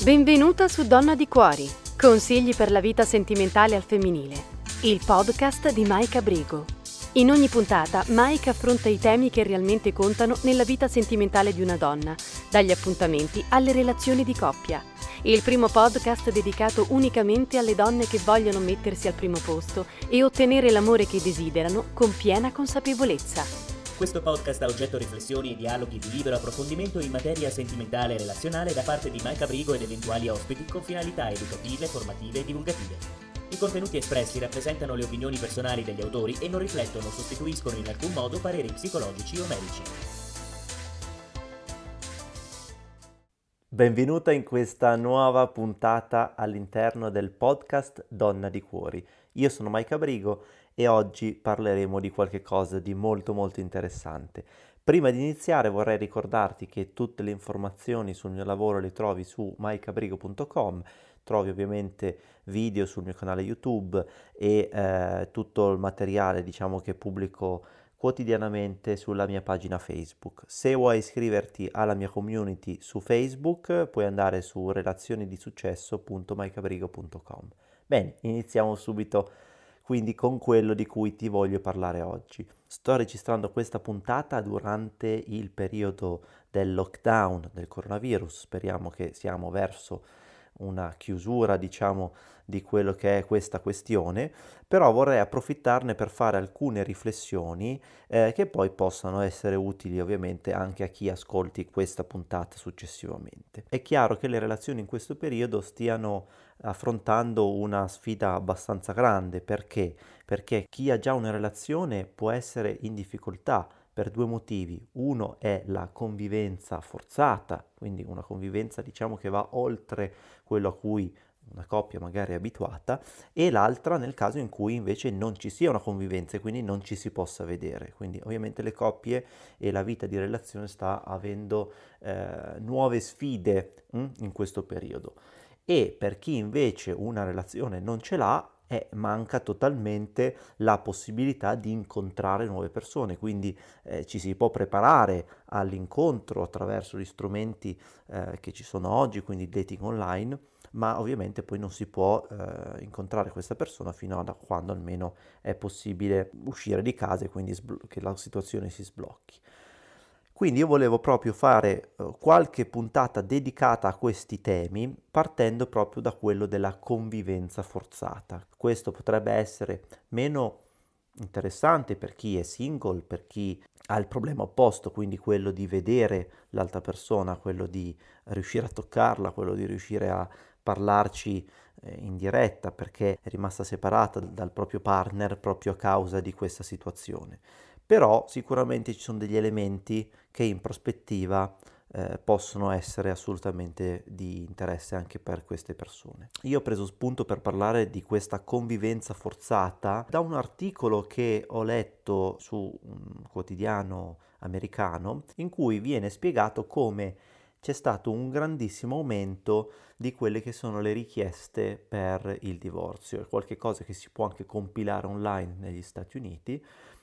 Benvenuta su Donna di Cuori, consigli per la vita sentimentale al femminile, il podcast di Maika Brigo. In ogni puntata Maika affronta i temi che realmente contano nella vita sentimentale di una donna, dagli appuntamenti alle relazioni di coppia. Il primo podcast dedicato unicamente alle donne che vogliono mettersi al primo posto e ottenere l'amore che desiderano con piena consapevolezza. Questo podcast ha oggetto riflessioni e dialoghi di libero approfondimento in materia sentimentale e relazionale da parte di Maika Brigo ed eventuali ospiti con finalità educative, formative e divulgative. I contenuti espressi rappresentano le opinioni personali degli autori e non riflettono o sostituiscono in alcun modo pareri psicologici o medici. Benvenuta in questa nuova puntata all'interno del podcast Donna di Cuori. Io sono Maika Brigo e oggi parleremo di qualche cosa di molto interessante. Prima di iniziare vorrei ricordarti che tutte le informazioni sul mio lavoro le trovi su maikabrigo.com, trovi ovviamente video sul mio canale YouTube e tutto il materiale che pubblico quotidianamente sulla mia pagina Facebook. Se vuoi iscriverti alla mia community su Facebook puoi andare su relazionidisuccesso.maikabrigo.com. Bene, iniziamo subito quindi con quello di cui ti voglio parlare oggi. Sto registrando questa puntata durante il periodo del lockdown del coronavirus. Speriamo che siamo verso una chiusura, di quello che è questa questione, però vorrei approfittarne per fare alcune riflessioni che poi possano essere utili ovviamente anche a chi ascolti questa puntata successivamente. È chiaro che le relazioni in questo periodo stiano affrontando una sfida abbastanza grande. Perché? Perché chi ha già una relazione può essere in difficoltà per due motivi. Uno è la convivenza forzata, quindi una convivenza che va oltre quello a cui una coppia magari è abituata, e l'altra nel caso in cui invece non ci sia una convivenza e quindi non ci si possa vedere. Quindi ovviamente le coppie e la vita di relazione sta avendo nuove sfide in questo periodo. E per chi invece una relazione non ce l'ha, manca totalmente la possibilità di incontrare nuove persone, quindi ci si può preparare all'incontro attraverso gli strumenti che ci sono oggi, quindi il dating online, ma ovviamente poi non si può incontrare questa persona fino a quando almeno è possibile uscire di casa e quindi che la situazione si sblocchi. Quindi io volevo proprio fare qualche puntata dedicata a questi temi, partendo proprio da quello della convivenza forzata. Questo potrebbe essere meno interessante per chi è single, per chi ha il problema opposto, quindi quello di vedere l'altra persona, quello di riuscire a toccarla, quello di riuscire a parlarci in diretta perché è rimasta separata dal proprio partner proprio a causa di questa situazione. Però sicuramente ci sono degli elementi che in prospettiva possono essere assolutamente di interesse anche per queste persone. Io ho preso spunto per parlare di questa convivenza forzata da un articolo che ho letto su un quotidiano americano in cui viene spiegato come c'è stato un grandissimo aumento di quelle che sono le richieste per il divorzio. È qualcosa che si può anche compilare online negli Stati Uniti.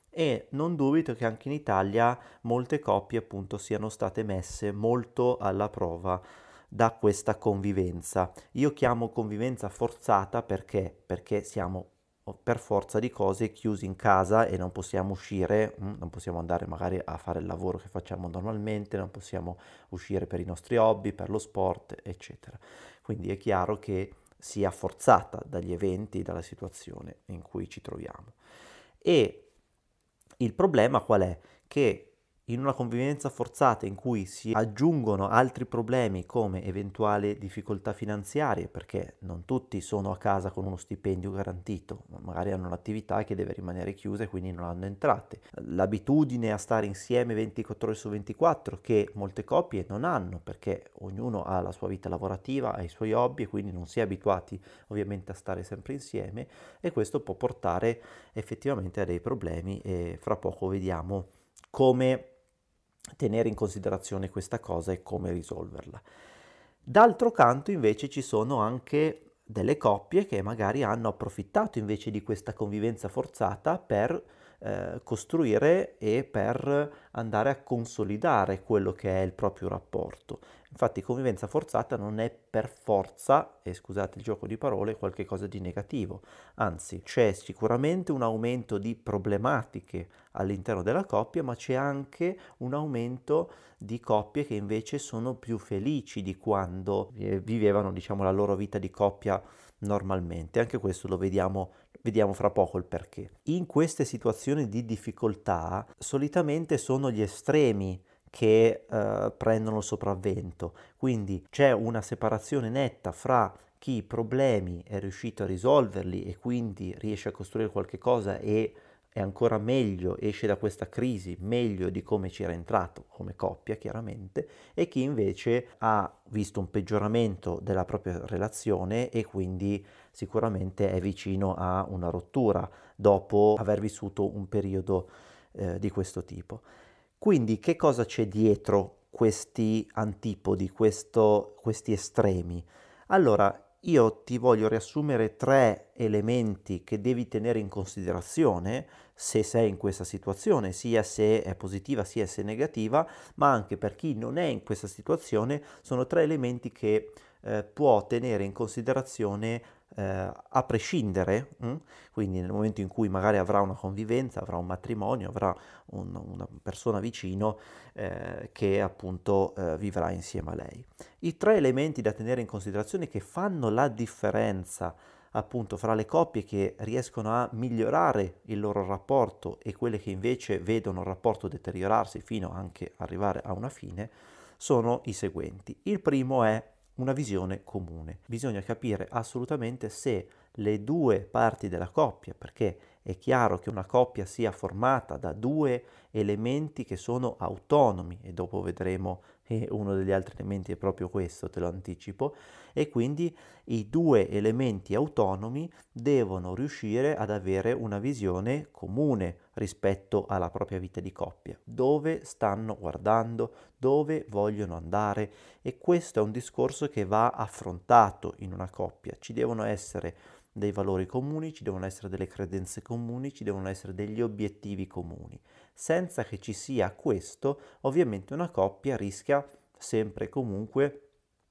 E non dubito che anche in Italia molte coppie appunto siano state messe molto alla prova da questa convivenza. Io chiamo convivenza forzata perché siamo per forza di cose chiusi in casa e non possiamo uscire, non possiamo andare magari a fare il lavoro che facciamo normalmente, non possiamo uscire per i nostri hobby, per lo sport, eccetera. Quindi è chiaro che sia forzata dagli eventi, dalla situazione in cui ci troviamo. E il problema qual è? Che in una convivenza forzata in cui si aggiungono altri problemi come eventuali difficoltà finanziarie, perché non tutti sono a casa con uno stipendio garantito, magari hanno un'attività che deve rimanere chiusa e quindi non hanno entrate, l'abitudine a stare insieme 24 ore su 24 che molte coppie non hanno perché ognuno ha la sua vita lavorativa, ha i suoi hobby e quindi non si è abituati ovviamente a stare sempre insieme, e questo può portare effettivamente a dei problemi e fra poco vediamo come tenere in considerazione questa cosa e come risolverla. D'altro canto invece ci sono anche delle coppie che magari hanno approfittato invece di questa convivenza forzata per costruire e per andare a consolidare quello che è il proprio rapporto. Infatti convivenza forzata non è per forza, e scusate il gioco di parole, qualcosa di negativo, anzi c'è sicuramente un aumento di problematiche all'interno della coppia, ma c'è anche un aumento di coppie che invece sono più felici di quando vivevano, diciamo, la loro vita di coppia normalmente. Anche questo lo vediamo fra poco il perché. In queste situazioni di difficoltà solitamente sono gli estremi che prendono il sopravvento, quindi c'è una separazione netta fra chi i problemi è riuscito a risolverli e quindi riesce a costruire qualche cosa e è ancora meglio, esce da questa crisi meglio di come ci era entrato come coppia chiaramente, e chi invece ha visto un peggioramento della propria relazione e quindi sicuramente è vicino a una rottura dopo aver vissuto un periodo di questo tipo. Quindi che cosa c'è dietro questi antipodi, questi estremi? Allora, io ti voglio riassumere 3 elementi che devi tenere in considerazione se sei in questa situazione, sia se è positiva sia se è negativa, ma anche per chi non è in questa situazione, sono 3 elementi che può tenere in considerazione a prescindere, quindi nel momento in cui magari avrà una convivenza, avrà un matrimonio, avrà una persona vicino che appunto vivrà insieme a lei. I 3 elementi da tenere in considerazione che fanno la differenza appunto fra le coppie che riescono a migliorare il loro rapporto e quelle che invece vedono il rapporto deteriorarsi fino anche arrivare a una fine, sono i seguenti. Il primo è una visione comune. Bisogna capire assolutamente se le 2 parti della coppia, perché è chiaro che una coppia sia formata da 2 elementi che sono autonomi, e dopo vedremo che uno degli altri elementi è proprio questo, te lo anticipo, e quindi i 2 elementi autonomi devono riuscire ad avere una visione comune rispetto alla propria vita di coppia, dove stanno guardando, dove vogliono andare, e questo è un discorso che va affrontato in una coppia. Ci devono essere dei valori comuni, ci devono essere delle credenze comuni, ci devono essere degli obiettivi comuni. Senza che ci sia questo, ovviamente una coppia rischia sempre e comunque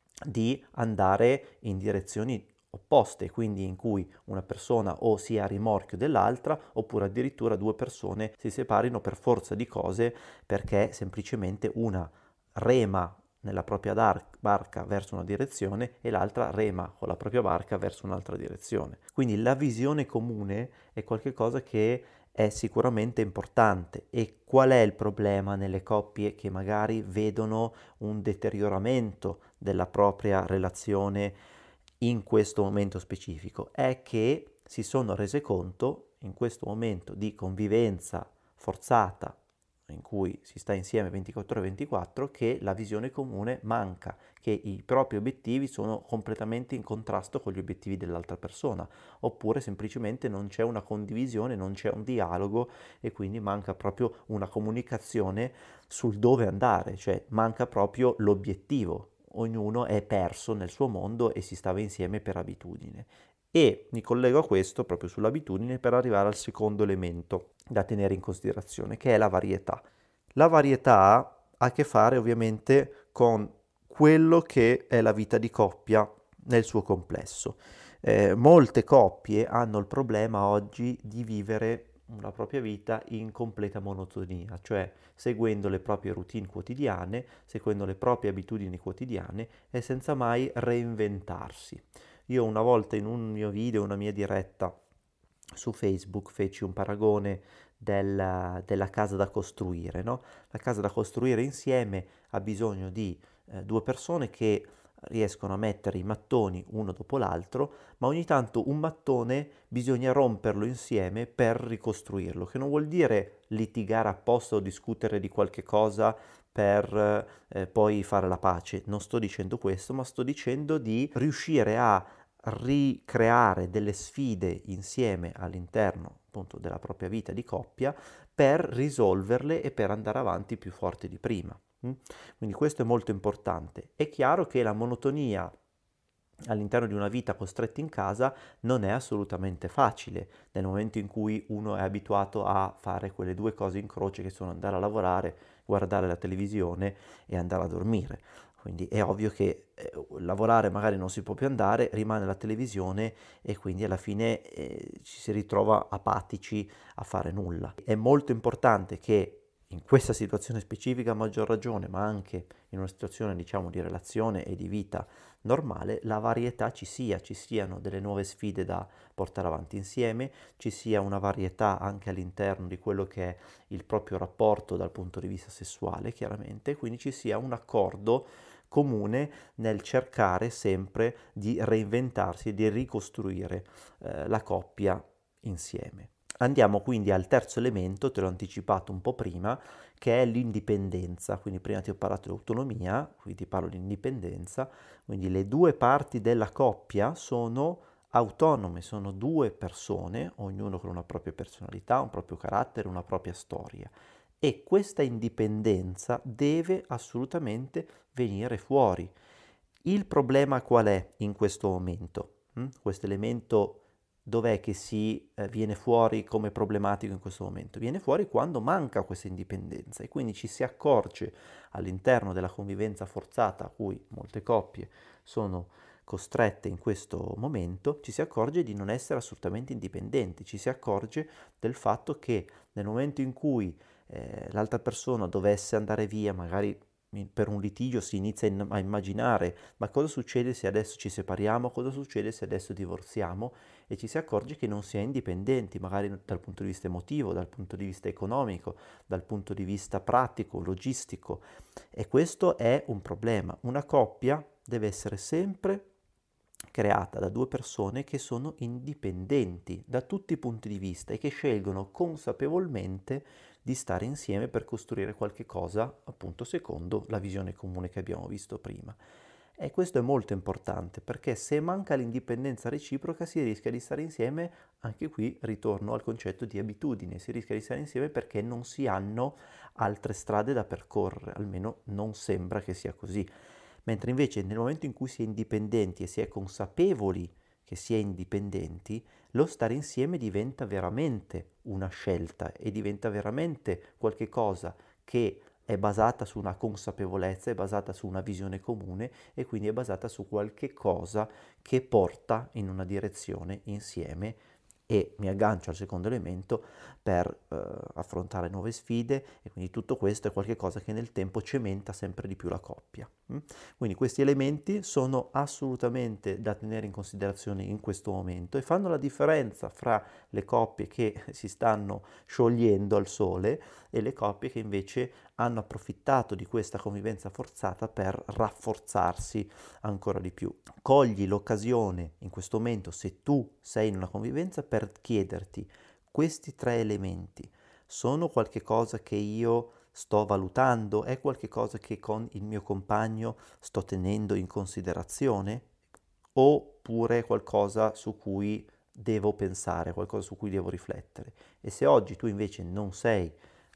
di andare in direzioni opposte, quindi in cui una persona o sia a rimorchio dell'altra, oppure addirittura 2 persone si separino per forza di cose perché semplicemente una rema nella propria barca verso una direzione e l'altra rema con la propria barca verso un'altra direzione. Quindi la visione comune è qualcosa che è sicuramente importante. E qual è il problema nelle coppie che magari vedono un deterioramento della propria relazione in questo momento specifico? È che si sono rese conto in questo momento di convivenza forzata in cui si sta insieme 24/24 che la visione comune manca, che i propri obiettivi sono completamente in contrasto con gli obiettivi dell'altra persona, oppure semplicemente non c'è una condivisione, non c'è un dialogo e quindi manca proprio una comunicazione sul dove andare, cioè manca proprio l'obiettivo. Ognuno è perso nel suo mondo e si stava insieme per abitudine. E mi collego a questo proprio sull'abitudine per arrivare al secondo elemento da tenere in considerazione, che è la varietà. La varietà ha a che fare ovviamente con quello che è la vita di coppia nel suo complesso. Molte coppie hanno il problema oggi di vivere la propria vita in completa monotonia, cioè seguendo le proprie routine quotidiane, seguendo le proprie abitudini quotidiane e senza mai reinventarsi. Io una volta in un mio video, una mia diretta su Facebook, feci un paragone della casa da costruire, no? La casa da costruire insieme ha bisogno di 2 persone che riescono a mettere i mattoni uno dopo l'altro, ma ogni tanto un mattone bisogna romperlo insieme per ricostruirlo, che non vuol dire litigare apposta o discutere di qualche cosa per poi fare la pace. Non sto dicendo questo, ma sto dicendo di riuscire a ricreare delle sfide insieme all'interno appunto della propria vita di coppia per risolverle e per andare avanti più forte di prima. Quindi questo è molto importante. È chiaro che la monotonia all'interno di una vita costretti in casa non è assolutamente facile nel momento in cui uno è abituato a fare quelle due cose in croce che sono andare a lavorare, guardare la televisione e andare a dormire. Quindi è ovvio che lavorare magari non si può più andare, rimane la televisione e quindi alla fine ci si ritrova apatici a fare nulla. È molto importante che in questa situazione specifica a maggior ragione, ma anche in una situazione diciamo di relazione e di vita normale, la varietà ci siano delle nuove sfide da portare avanti insieme, ci sia una varietà anche all'interno di quello che è il proprio rapporto dal punto di vista sessuale, chiaramente, quindi ci sia un accordo comune nel cercare sempre di reinventarsi e di ricostruire la coppia insieme. Andiamo quindi al terzo elemento, te l'ho anticipato un po' prima, che è l'indipendenza. Quindi prima ti ho parlato di autonomia, qui ti parlo di indipendenza. Quindi le due parti della coppia sono autonome, sono due persone, ognuno con una propria personalità, un proprio carattere, una propria storia. E questa indipendenza deve assolutamente venire fuori. Il problema qual è in questo momento? Questo elemento dov'è che viene fuori come problematico in questo momento? Viene fuori quando manca questa indipendenza e quindi ci si accorge all'interno della convivenza forzata a cui molte coppie sono costrette in questo momento, ci si accorge di non essere assolutamente indipendenti, ci si accorge del fatto che nel momento in cui l'altra persona dovesse andare via, magari per un litigio si inizia a immaginare ma cosa succede se adesso ci separiamo, cosa succede se adesso divorziamo e ci si accorge che non si è indipendenti, magari dal punto di vista emotivo, dal punto di vista economico, dal punto di vista pratico, logistico e questo è un problema. Una coppia deve essere sempre creata da due persone che sono indipendenti da tutti i punti di vista e che scelgono consapevolmente di stare insieme per costruire qualche cosa, appunto secondo la visione comune che abbiamo visto prima. E questo è molto importante perché se manca l'indipendenza reciproca si rischia di stare insieme, anche qui ritorno al concetto di abitudine, si rischia di stare insieme perché non si hanno altre strade da percorrere, almeno non sembra che sia così. Mentre invece nel momento in cui si è indipendenti e si è consapevoli che si è indipendenti, lo stare insieme diventa veramente una scelta e diventa veramente qualche cosa che è basata su una consapevolezza, è basata su una visione comune e quindi è basata su qualche cosa che porta in una direzione insieme e mi aggancio al secondo elemento per affrontare nuove sfide e quindi tutto questo è qualcosa che nel tempo cementa sempre di più la coppia. Quindi questi elementi sono assolutamente da tenere in considerazione in questo momento e fanno la differenza fra le coppie che si stanno sciogliendo al sole e le coppie che invece hanno approfittato di questa convivenza forzata per rafforzarsi ancora di più. Cogli l'occasione in questo momento, se tu sei in una convivenza, per chiederti questi tre elementi sono qualche cosa che io sto valutando, è qualche cosa che con il mio compagno sto tenendo in considerazione oppure è qualcosa su cui devo pensare, qualcosa su cui devo riflettere. E se oggi tu invece non sei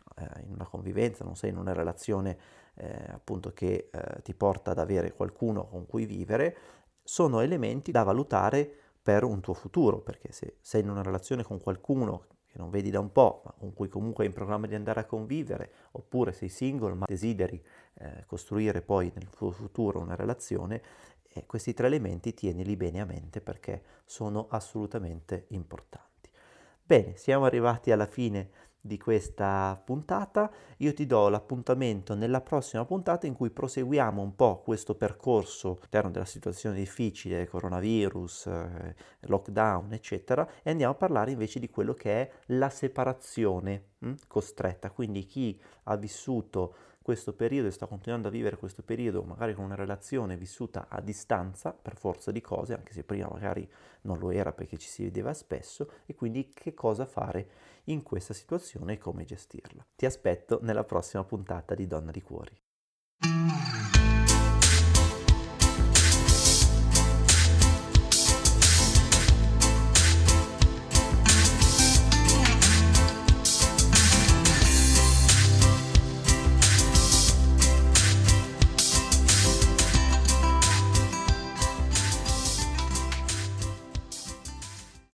in una convivenza, non sei in una relazione appunto che ti porta ad avere qualcuno con cui vivere, sono elementi da valutare per un tuo futuro, perché se sei in una relazione con qualcuno che non vedi da un po', ma con cui comunque hai in programma di andare a convivere, oppure sei single ma desideri costruire poi nel tuo futuro una relazione, questi tre elementi tienili bene a mente perché sono assolutamente importanti. Bene, siamo arrivati alla fine di questa puntata, io ti do l'appuntamento nella prossima puntata in cui proseguiamo un po' questo percorso all'interno della situazione difficile, coronavirus, lockdown, eccetera, e andiamo a parlare invece di quello che è la separazione costretta, quindi chi ha vissuto questo periodo e sta continuando a vivere questo periodo magari con una relazione vissuta a distanza per forza di cose, anche se prima magari non lo era perché ci si vedeva spesso, e quindi che cosa fare in questa situazione e come gestirla. Ti aspetto nella prossima puntata di Donna di Cuori.